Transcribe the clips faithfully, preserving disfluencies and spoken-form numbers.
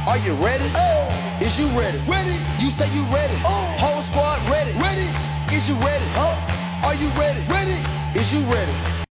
Are you ready? Oh. Is you ready? Ready. You say you ready. Oh. Whole squad ready. Ready. Is you ready? Huh? Are you ready? Ready. Is you ready?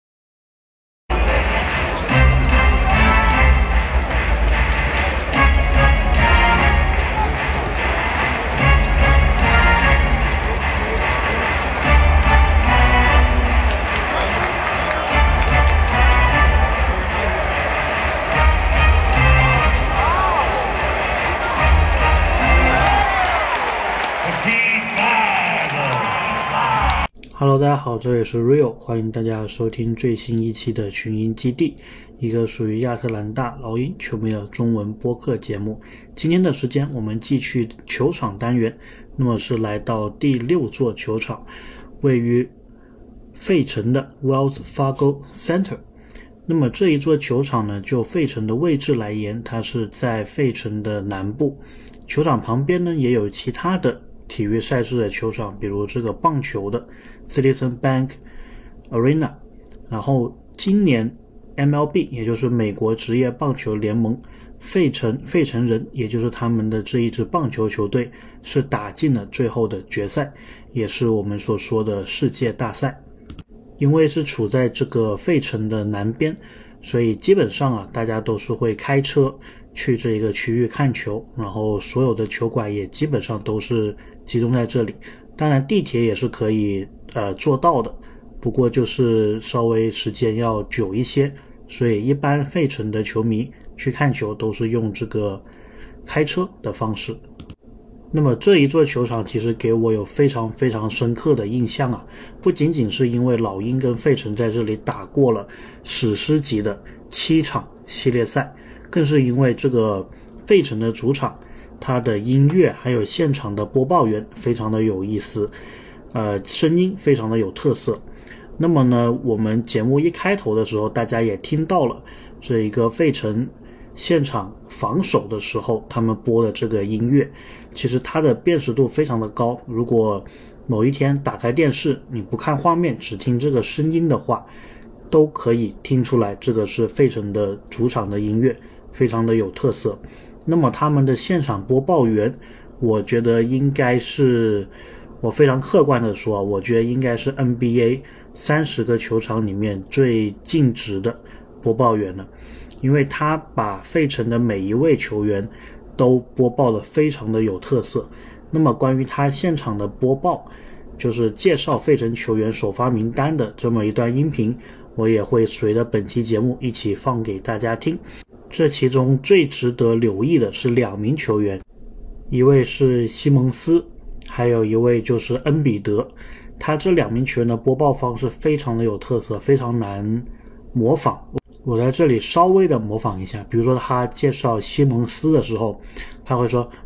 Hello， 大家好，这里是 Rio， 欢迎大家收听最新一期的群英基地，一个属于亚特兰大老鹰球迷的中文播客节目。今天的时间我们继续球场单元，那么是来到第六座球场，位于费城的 Wells Fargo Center。那么这一座球场呢，就费城的位置来言，它是在费城的南部。球场旁边呢也有其他的体育赛事的球场，比如这个棒球的 Citizen Bank Arena， 然后今年 M L B 也就是美国职业棒球联盟费城费城人，也就是他们的这一支棒球球队是打进了最后的决赛，也是我们所说的世界大赛。因为是处在这个费城的南边，所以基本上啊大家都是会开车去这一个区域看球，然后所有的球馆也基本上都是集中在这里。当然地铁也是可以呃做到的，不过就是稍微时间要久一些，所以一般费城的球迷去看球都是用这个开车的方式。那么这一座球场其实给我有非常非常深刻的印象啊，不仅仅是因为老鹰跟费城在这里打过了史诗级的七场系列赛，更是因为这个费城的主场，它的音乐还有现场的播报员非常的有意思，呃，声音非常的有特色。那么呢，我们节目一开头的时候，大家也听到了这一个费城现场防守的时候他们播的这个音乐，其实它的辨识度非常的高，如果某一天打开电视你不看画面只听这个声音的话，都可以听出来这个是费城的主场的音乐，非常的有特色。那么他们的现场播报员，我觉得应该是，我非常客观的说，我觉得应该是 N B A 三十个球场里面最尽职的播报员了，因为他把费城的每一位球员都播报得非常的有特色。那么关于他现场的播报，就是介绍费城球员首发名单的这么一段音频，我也会随着本期节目一起放给大家听。这其中最值得留意的是两名球员，一位是西蒙斯，还有一位就是恩比德。他这两名球员的播报方式非常的有特色，非常难模仿。我在这里稍微的模仿一下，比如说他介绍西蒙斯的时候，他会说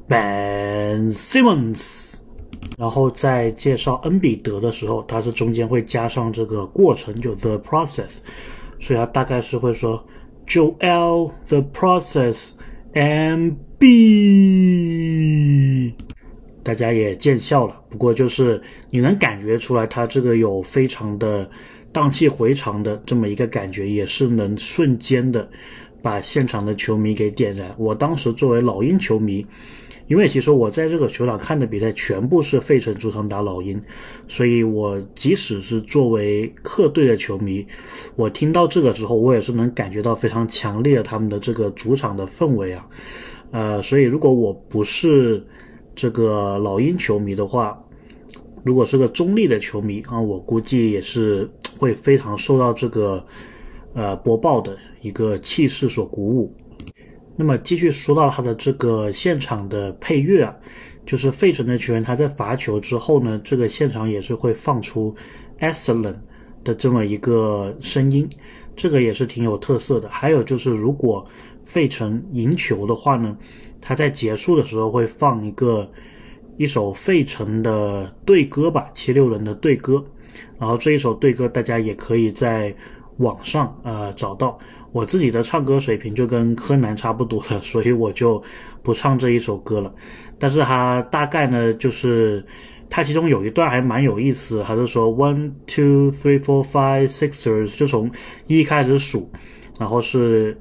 Ben Simmons， 然后在介绍恩比德的时候，他是中间会加上这个过程，就 the process， 所以他大概是会说 Joel the process M B， 大家也见笑了。不过就是你能感觉出来他这个有非常的荡气回肠的这么一个感觉，也是能瞬间的把现场的球迷给点燃。我当时作为老鹰球迷，因为其实我在这个球场看的比赛全部是费城主场打老鹰，所以我即使是作为客队的球迷，我听到这个之后，我也是能感觉到非常强烈的他们的这个主场的氛围啊。呃，所以如果我不是这个老鹰球迷的话，如果是个中立的球迷啊，我估计也是会非常受到这个呃播报的一个气势所鼓舞。那么继续说到他的这个现场的配乐啊，就是费城的球员他在罚球之后呢，这个现场也是会放出 excellent 的这么一个声音，这个也是挺有特色的。还有就是如果费城赢球的话呢，他在结束的时候会放一个一首费城的队歌吧，七六人的队歌，然后这一首队歌大家也可以在网上呃找到。我自己的唱歌水平就跟柯南差不多了，所以我就不唱这一首歌了。但是他大概呢，就是他其中有一段还蛮有意思，他就说 one two three four five sixers， 就从一开始数，然后是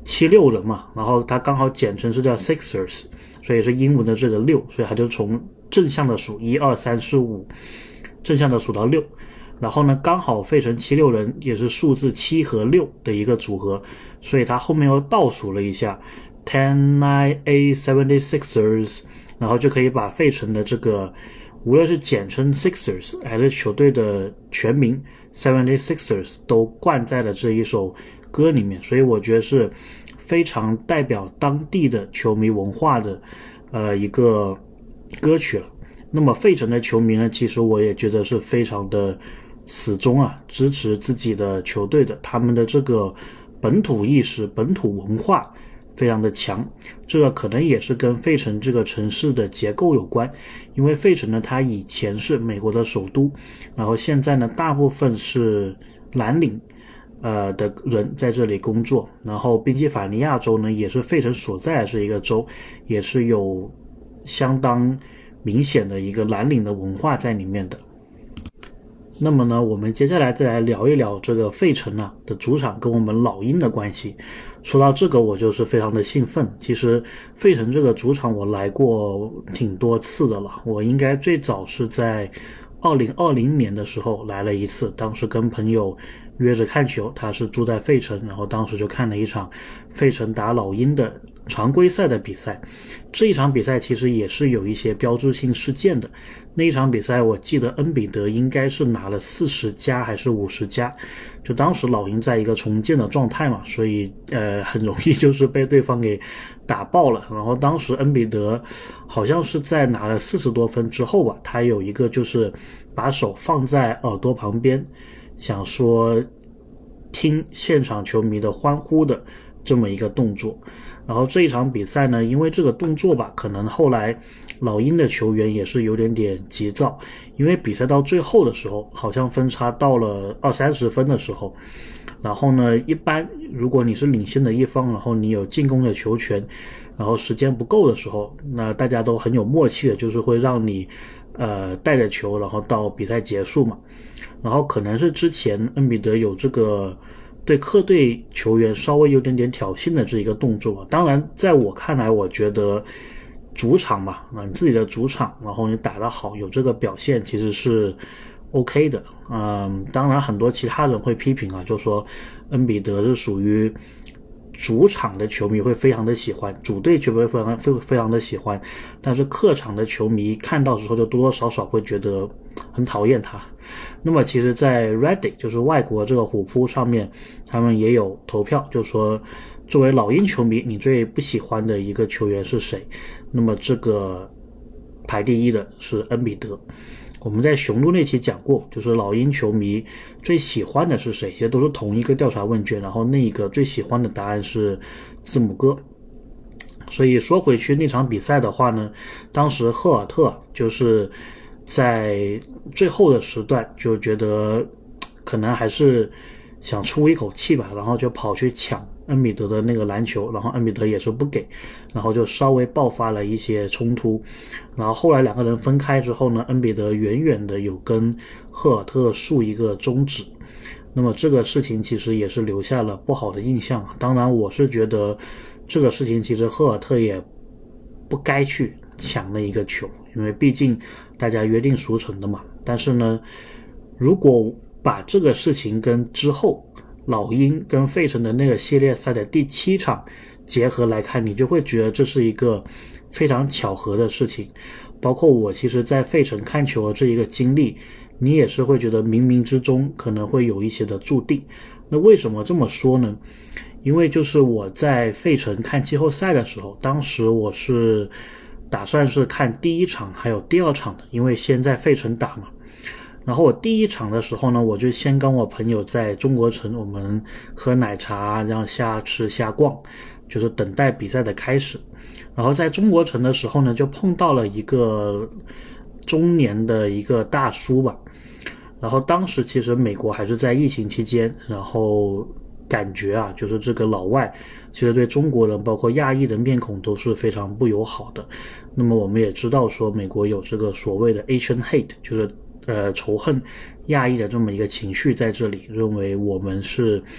七六人嘛，然后它刚好简称是叫 Sixers， 所以是英文的这个六，所以它就从正向的数一二三四五，正向的数到六。然后呢，刚好费城七六人也是数字七和六的一个组合，所以它后面又倒数了一下 ten nine eight seventy-sixers， 然后就可以把费城的这个无论是简称 Sixers 还是球队的全名 seventy-sixers 都灌在了这一首歌里面，所以我觉得是非常代表当地的球迷文化的呃一个歌曲了。那么费城的球迷呢，其实我也觉得是非常的死忠啊，支持自己的球队的，他们的这个本土意识、本土文化非常的强。这个可能也是跟费城这个城市的结构有关，因为费城呢，它以前是美国的首都，然后现在呢，大部分是蓝领呃的人在这里工作，然后宾夕法尼亚州呢，也是费城所在的这一个州，也是有相当明显的一个蓝领的文化在里面的。那么呢，我们接下来再来聊一聊这个费城啊的主场跟我们老鹰的关系。说到这个，我就是非常的兴奋。其实费城这个主场我来过挺多次的了，我应该最早是在二零二零年的时候来了一次，当时跟朋友约着看球，他是住在费城，然后当时就看了一场费城打老鹰的常规赛的比赛。这一场比赛其实也是有一些标志性事件的。那一场比赛我记得恩比德应该是拿了四十加还是五十加，就当时老鹰在一个重建的状态嘛，所以呃很容易就是被对方给打爆了。然后当时恩比德好像是在拿了四十多分之后吧，他有一个就是把手放在耳朵旁边，想说听现场球迷的欢呼的这么一个动作。然后这一场比赛呢，因为这个动作吧，可能后来老鹰的球员也是有点点急躁，因为比赛到最后的时候，好像分差到了二三十分的时候，然后呢，一般如果你是领先的一方，然后你有进攻的球权，然后时间不够的时候，那大家都很有默契的，就是会让你呃带着球，然后到比赛结束嘛。然后可能是之前恩比德有这个对客队球员稍微有点点挑衅的这一个动作。当然在我看来，我觉得主场嘛，你自己的主场，然后你打得好，有这个表现其实是 OK 的。嗯，当然很多其他人会批评啊，就说恩比德是属于主场的球迷会非常的喜欢，主队球迷会非常非非常的喜欢，但是客场的球迷看到的时候就多多少少会觉得很讨厌他。那么其实在 Reddit 就是外国这个虎扑上面，他们也有投票，就说作为老鹰球迷你最不喜欢的一个球员是谁。那么这个排第一的是恩比德。我们在雄鹿那期讲过，就是老鹰球迷最喜欢的是谁，其实都是同一个调查问卷，然后那一个最喜欢的答案是字母哥。所以说回去那场比赛的话呢，当时赫尔特就是在最后的时段就觉得可能还是想出一口气吧，然后就跑去抢恩比德的那个篮球，然后恩比德也是不给，然后就稍微爆发了一些冲突。然后后来两个人分开之后呢，恩比德远远的有跟赫尔特竖一个中指，那么这个事情其实也是留下了不好的印象。当然我是觉得这个事情其实赫尔特也不该去抢那一个球，因为毕竟大家约定俗成的嘛。但是呢，如果把这个事情跟之后老鹰跟费城的那个系列赛的第七场结合来看，你就会觉得这是一个非常巧合的事情。包括我其实在费城看球的这一个经历，你也是会觉得冥冥之中可能会有一些的注定。那为什么这么说呢？因为就是我在费城看季后赛的时候，当时我是打算是看第一场还有第二场的，因为先在费城打嘛。然后我第一场的时候呢，我就先跟我朋友在中国城，我们喝奶茶，然后瞎吃瞎逛，就是等待比赛的开始。然后在中国城的时候呢，就碰到了一个中年的一个大叔吧。然后当时其实美国还是在疫情期间，然后感觉啊，就是这个老外其实对中国人包括亚裔的面孔都是非常不友好的。那么我们也知道说美国有这个所谓的 Asian hate， 就是呃仇恨亚裔的这么一个情绪在这里，认为我们是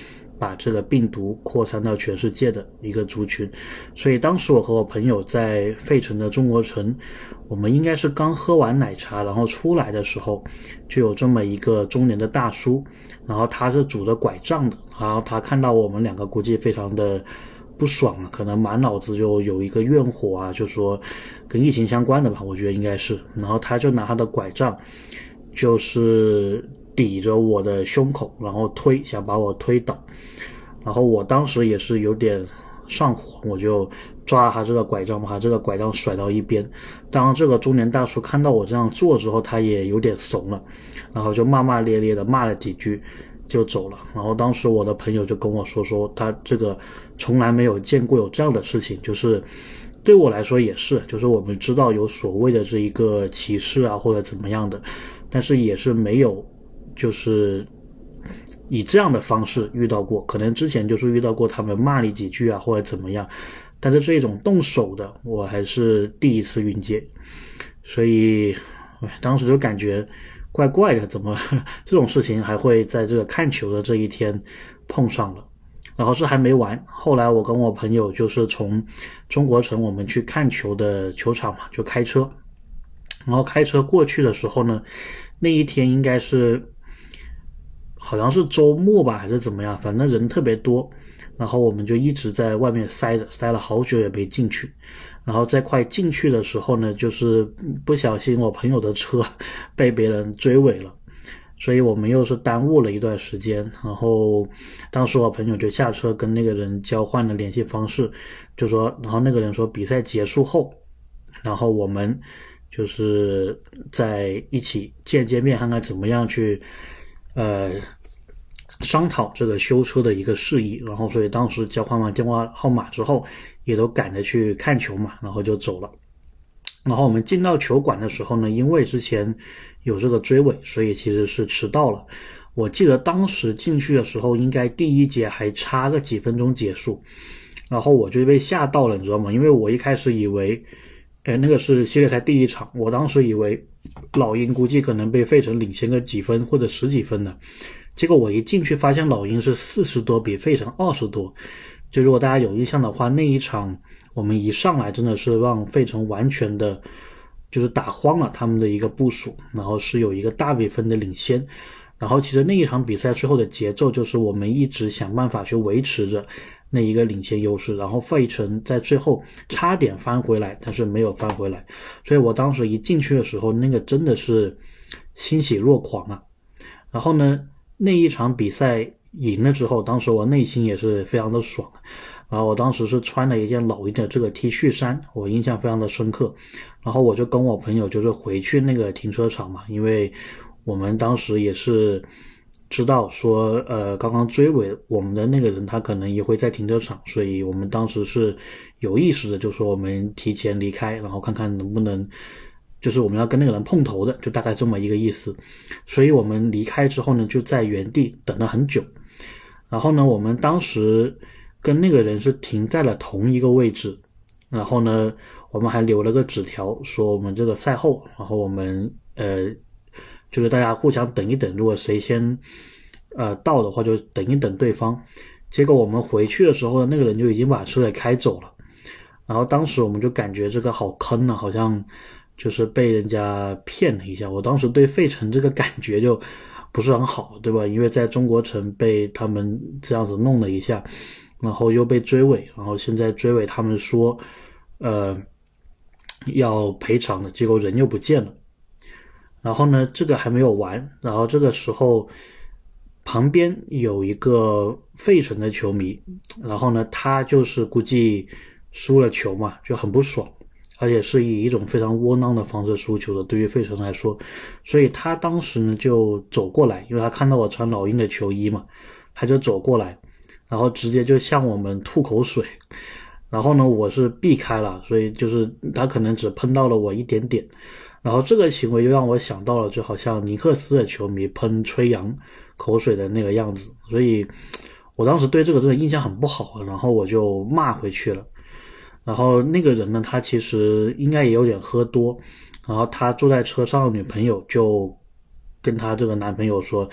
把这个病毒扩散到全世界的一个族群。所以当时我和我朋友在费城的中国城，我们应该是刚喝完奶茶，然后出来的时候就有这么一个中年的大叔，然后他是拄着拐杖的，然后他看到我们两个估计非常的不爽啊，可能满脑子就有一个怨火啊，就说跟疫情相关的吧，我觉得应该是，然后他就拿他的拐杖就是抵着我的胸口，然后推，想把我推倒。然后我当时也是有点上火，我就抓他这个拐杖，把他这个拐杖甩到一边。当这个中年大叔看到我这样做之后，他也有点怂了，然后就骂骂咧咧的骂了几句就走了。然后当时我的朋友就跟我说说他这个从来没有见过有这样的事情，就是对我来说也是，就是我们知道有所谓的这一个歧视啊或者怎么样的，但是也是没有就是以这样的方式遇到过，可能之前就是遇到过他们骂你几句啊或者怎么样，但是这种动手的我还是第一次遇见，所以当时就感觉怪怪的，怎么这种事情还会在这个看球的这一天碰上了。然后是还没完，后来我跟我朋友就是从中国城我们去看球的球场嘛，就开车，然后开车过去的时候呢，那一天应该是好像是周末吧还是怎么样，反正人特别多，然后我们就一直在外面塞着，塞了好久也没进去。然后在快进去的时候呢，就是不小心我朋友的车被别人追尾了，所以我们又是耽误了一段时间。然后当时我朋友就下车跟那个人交换了联系方式，就说，然后那个人说比赛结束后，然后我们就是在一起见见面，看看怎么样去呃商讨这个修车的一个事宜。然后所以当时交换完电话号码之后，也都赶着去看球嘛，然后就走了。然后我们进到球馆的时候呢，因为之前有这个追尾，所以其实是迟到了。我记得当时进去的时候，应该第一节还差个几分钟结束，然后我就被吓到了，你知道吗？因为我一开始以为诶那个是系列赛第一场，我当时以为老鹰估计可能被费城领先个几分或者十几分的，结果我一进去发现老鹰是四十多比费城二十多。就如果大家有印象的话，那一场我们一上来真的是让费城完全的就是打慌了他们的一个部署，然后是有一个大比分的领先。然后其实那一场比赛最后的节奏就是我们一直想办法去维持着那一个领先优势，然后费城在最后差点翻回来，但是没有翻回来。所以我当时一进去的时候，那个真的是欣喜若狂啊。然后呢，那一场比赛赢了之后，当时我内心也是非常的爽。然后我当时是穿了一件老鹰的这个 T 恤衫，我印象非常的深刻。然后我就跟我朋友就是回去那个停车场嘛，因为我们当时也是知道说呃，刚刚追尾我们的那个人他可能也会在停车场，所以我们当时是有意识的，就说我们提前离开，然后看看能不能就是我们要跟那个人碰头的，就大概这么一个意思。所以我们离开之后呢，就在原地等了很久。然后呢，我们当时跟那个人是停在了同一个位置，然后呢我们还留了个纸条说我们这个赛后，然后我们呃就是大家互相等一等，如果谁先呃到的话就等一等对方。结果我们回去的时候呢，那个人就已经把车给开走了。然后当时我们就感觉这个好坑啊，好像就是被人家骗了一下。我当时对费城这个感觉就不是很好，对吧？因为在中国城被他们这样子弄了一下，然后又被追尾，然后现在追尾他们说呃要赔偿的，结果人又不见了。然后呢这个还没有完，然后这个时候旁边有一个费城的球迷，然后呢他就是估计输了球嘛，就很不爽，而且是以一种非常窝囊的方式输球的，对于费城来说。所以他当时呢就走过来，因为他看到我穿老鹰的球衣嘛，他就走过来，然后直接就向我们吐口水。然后呢我是避开了，所以就是他可能只喷到了我一点点。然后这个行为又让我想到了就好像尼克斯的球迷喷吹杨口水的那个样子，所以我当时对这个真的印象很不好，然后我就骂回去了。然后那个人呢，他其实应该也有点喝多，然后他坐在车上的女朋友就跟他这个男朋友说，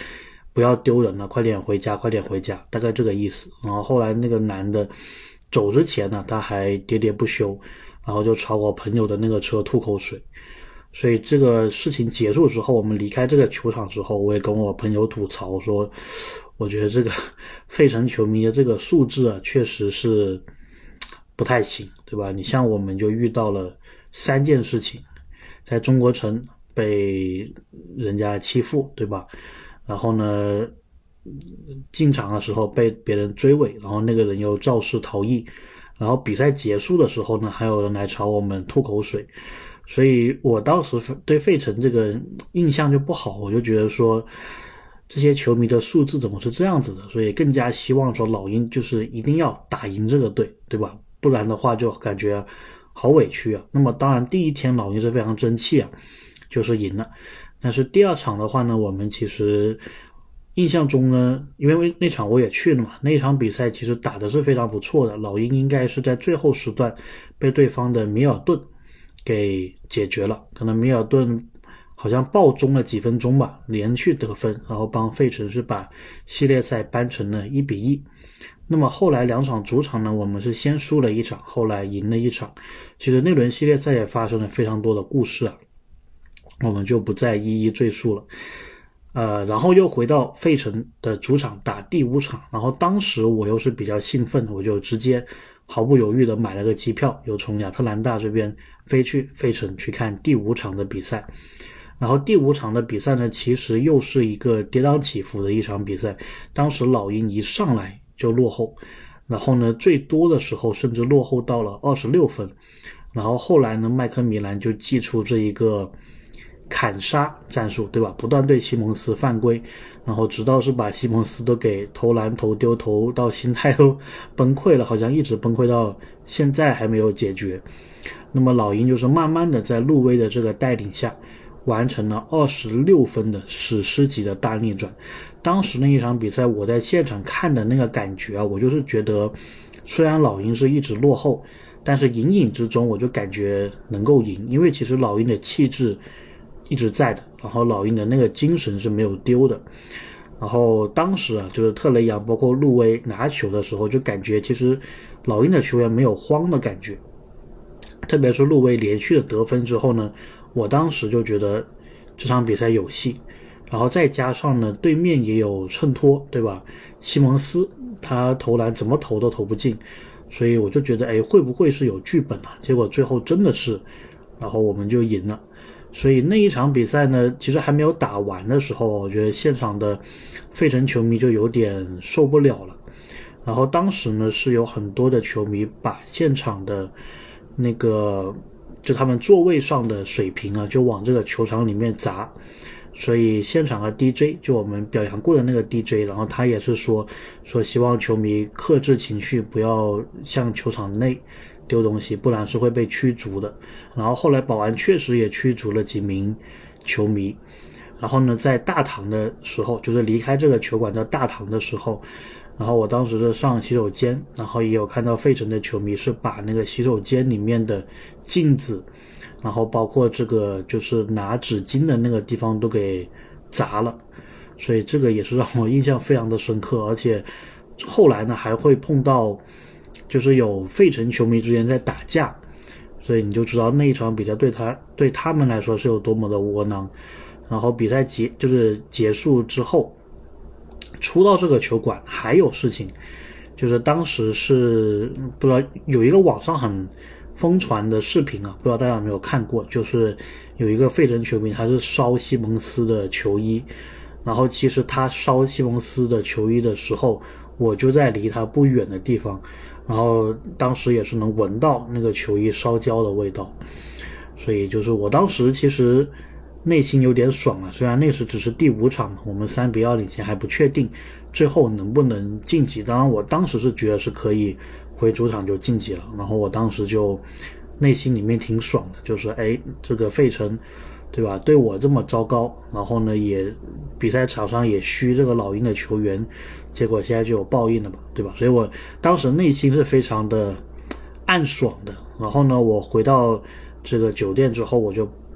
不要丢人了，快点回家，快点回家，大概这个意思。然后后来那个男的走之前呢，他还喋喋不休，然后就朝我朋友的那个车吐口水。所以这个事情结束之后，我们离开这个球场之后，我也跟我朋友吐槽说，我觉得这个费城球迷的这个素质啊，确实是不太行，对吧？你像我们就遇到了三件事情，在中国城被人家欺负，对吧？然后呢，进场的时候被别人追尾，然后那个人又肇事逃逸，然后比赛结束的时候呢，还有人来朝我们吐口水。所以我当时对费城这个印象就不好，我就觉得说这些球迷的素质怎么是这样子的，所以更加希望说老鹰就是一定要打赢这个队，对吧？不然的话就感觉好委屈啊。那么当然第一天老鹰是非常争气啊，就是赢了。但是第二场的话呢，我们其实印象中呢，因为那场我也去了嘛，那场比赛其实打的是非常不错的，老鹰应该是在最后时段被对方的米尔顿给解决了，可能米尔顿好像暴中了几分钟吧，连续得分，然后帮费城是把系列赛扳成了一比一。那么后来两场主场呢，我们是先输了一场，后来赢了一场。其实那轮系列赛也发生了非常多的故事啊，我们就不再一一赘述了。呃，然后又回到费城的主场打第五场，然后当时我又是比较兴奋，我就直接毫不犹豫的买了个机票，又从亚特兰大这边飞去费城去看第五场的比赛。然后第五场的比赛呢，其实又是一个跌宕起伏的一场比赛。当时老鹰一上来就落后，然后呢最多的时候甚至落后到了二十六分。然后后来呢麦克米兰就祭出这一个砍杀战术，对吧？不断对西蒙斯犯规，然后直到是把西蒙斯都给投篮投丢投到心态都崩溃了，好像一直崩溃到现在还没有解决。那么老鹰就是慢慢的在路威的这个带领下完成了二十六分的史诗级的大逆转。当时那一场比赛我在现场看的那个感觉啊，我就是觉得虽然老鹰是一直落后，但是隐隐之中我就感觉能够赢，因为其实老鹰的气质一直在的，然后老鹰的那个精神是没有丢的。然后当时啊，就是特雷杨包括路威拿球的时候，就感觉其实老鹰的球员没有慌的感觉，特别是路威连续的得分之后呢，我当时就觉得这场比赛有戏。然后再加上呢，对面也有衬托，对吧？西蒙斯他投篮怎么投都投不进，所以我就觉得哎，会不会是有剧本啊？结果最后真的是，然后我们就赢了。所以那一场比赛呢，其实还没有打完的时候，我觉得现场的费城球迷就有点受不了了。然后当时呢，是有很多的球迷把现场的那个就他们座位上的水瓶啊，就往这个球场里面砸。所以现场的 D J 就我们表扬过的那个 D J， 然后他也是说说希望球迷克制情绪，不要向球场内丢东西，不然是会被驱逐的。然后后来保安确实也驱逐了几名球迷。然后呢，在大堂的时候，就是离开这个球馆到大堂的时候，然后我当时是上洗手间，然后也有看到费城的球迷是把那个洗手间里面的镜子，然后包括这个就是拿纸巾的那个地方都给砸了。所以这个也是让我印象非常的深刻。而且后来呢还会碰到就是有费城球迷之间在打架，所以你就知道那一场比赛对他对他们来说是有多么的窝囊。然后比赛结就是结束之后出到这个球馆还有事情，就是当时是不知道有一个网上很疯传的视频啊，不知道大家有没有看过，就是有一个费城球迷他是烧西蒙斯的球衣，然后其实他烧西蒙斯的球衣的时候，我就在离他不远的地方，然后当时也是能闻到那个球衣烧焦的味道。所以就是我当时其实内心有点爽了，虽然那时只是第五场，我们三比二领先还不确定最后能不能晋级，当然我当时是觉得是可以回主场就晋级了，然后我当时就内心里面挺爽的，就是哎，这个费城对吧，对我这么糟糕，然后呢也比赛场上也虚这个老鹰的球员，结果现在就有报应了吧，对吧？所以我当时内心是非常的暗爽的。然后呢我回到这个酒店之后，我就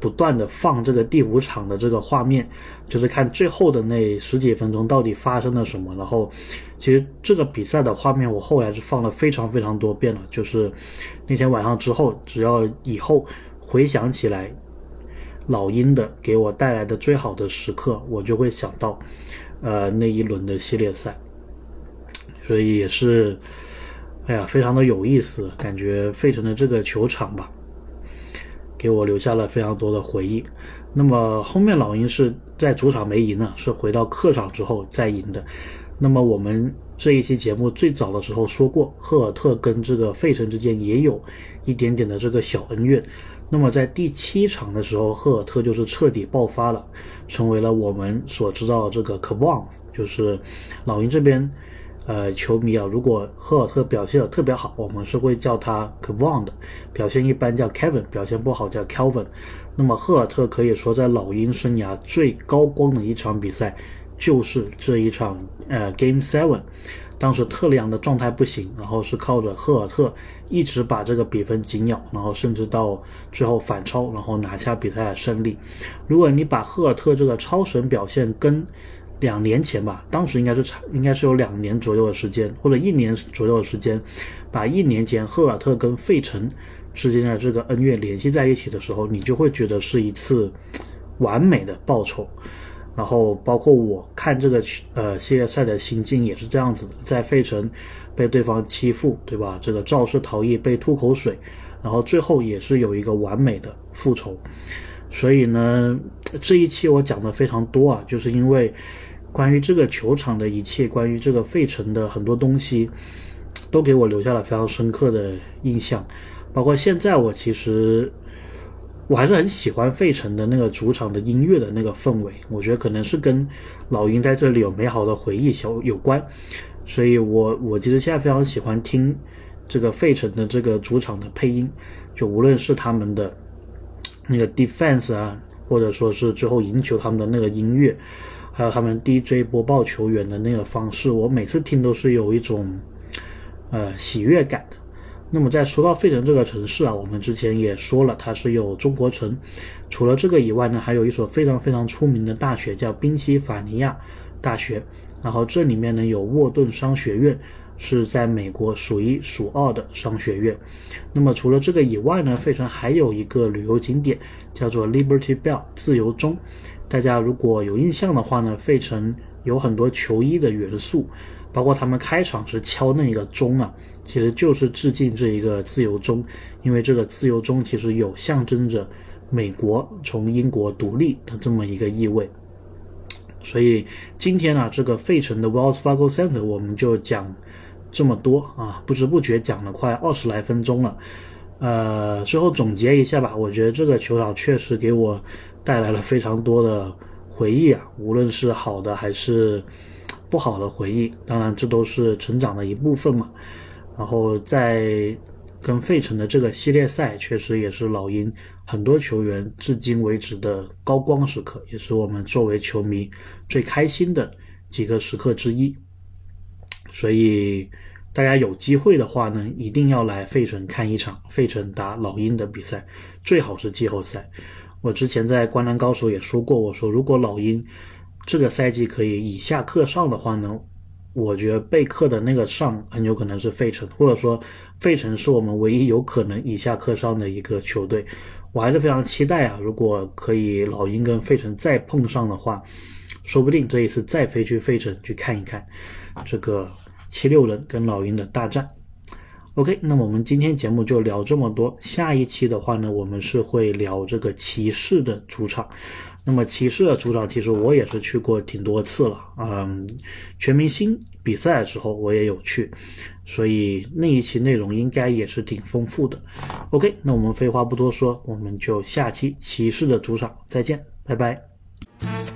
不断的放这个第五场的这个画面，就是看最后的那十几分钟到底发生了什么。然后其实这个比赛的画面我后来是放了非常非常多遍了，就是那天晚上之后，只要以后回想起来老鹰的给我带来的最好的时刻，我就会想到呃那一轮的系列赛。所以也是哎呀非常的有意思，感觉费城的这个球场吧给我留下了非常多的回忆。那么后面老鹰是在主场没赢呢，是回到客场之后再赢的。那么我们这一期节目最早的时候说过，赫尔特跟这个费城之间也有一点点的这个小恩怨。那么在第七场的时候，赫尔特就是彻底爆发了，成为了我们所知道的这个 Kevon， 就是老鹰这边呃，球迷啊，如果赫尔特表现的特别好，我们是会叫他 Kevon 的，表现一般叫 Kevin， 表现不好叫 Kelvin。那么赫尔特可以说在老鹰生涯最高光的一场比赛就是这一场呃 Game 七， 当时特里昂的状态不行，然后是靠着赫尔特一直把这个比分紧咬，然后甚至到最后反超，然后拿下比赛的胜利。如果你把赫尔特这个超神表现跟两年前吧，当时应该是应该是有两年左右的时间，或者一年左右的时间，把一年前赫尔特跟费城之间的这个恩怨联系在一起的时候，你就会觉得是一次完美的报仇。然后包括我看这个呃系列赛的心境也是这样子的，在费城被对方欺负，对吧？这个肇事逃逸，被吐口水，然后最后也是有一个完美的复仇。所以呢，这一期我讲的非常多啊，就是因为关于这个球场的一切，关于这个费城的很多东西都给我留下了非常深刻的印象。包括现在我其实我还是很喜欢费城的那个主场的音乐的那个氛围，我觉得可能是跟老鹰在这里有美好的回忆有关。所以我我其实现在非常喜欢听这个费城的这个主场的配音，就无论是他们的那个 defense 啊，或者说是最后赢球他们的那个音乐，还有他们 D J 播报球员的那个方式，我每次听都是有一种呃喜悦感的。那么在说到费城这个城市啊，我们之前也说了，它是有中国城。除了这个以外呢，还有一所非常非常出名的大学叫宾夕法尼亚大学，然后这里面呢有沃顿商学院，是在美国数一数二的商学院。那么除了这个以外呢，费城还有一个旅游景点叫做 Liberty Bell 自由钟。大家如果有印象的话呢，费城有很多球衣的元素，包括他们开场时敲那个钟啊，其实就是致敬这一个自由钟，因为这个自由钟其实有象征着美国从英国独立的这么一个意味。所以今天啊，这个费城的 Wells Fargo Center 我们就讲这么多啊，不知不觉讲了快二十来分钟了。呃，最后总结一下吧，我觉得这个球场确实给我带来了非常多的回忆啊，无论是好的还是不好的回忆，当然这都是成长的一部分嘛。然后在跟费城的这个系列赛，确实也是老鹰很多球员至今为止的高光时刻，也是我们作为球迷最开心的几个时刻之一。所以大家有机会的话呢，一定要来费城看一场费城打老鹰的比赛，最好是季后赛。我之前在灌篮高手也说过，我说如果老鹰这个赛季可以以下克上的话呢，我觉得被克的那个上很有可能是费城，或者说费城是我们唯一有可能以下克上的一个球队。我还是非常期待啊，如果可以老鹰跟费城再碰上的话，说不定这一次再飞去费城去看一看这个七六人跟老鹰的大战。OK， 那么我们今天节目就聊这么多。下一期的话呢，我们是会聊这个骑士的主场。那么骑士的主场其实我也是去过挺多次了，嗯，全明星比赛的时候我也有去，所以那一期内容应该也是挺丰富的。OK， 那我们废话不多说，我们就下期骑士的主场再见，拜拜。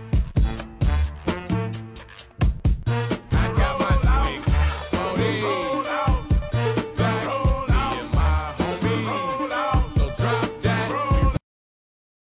I got my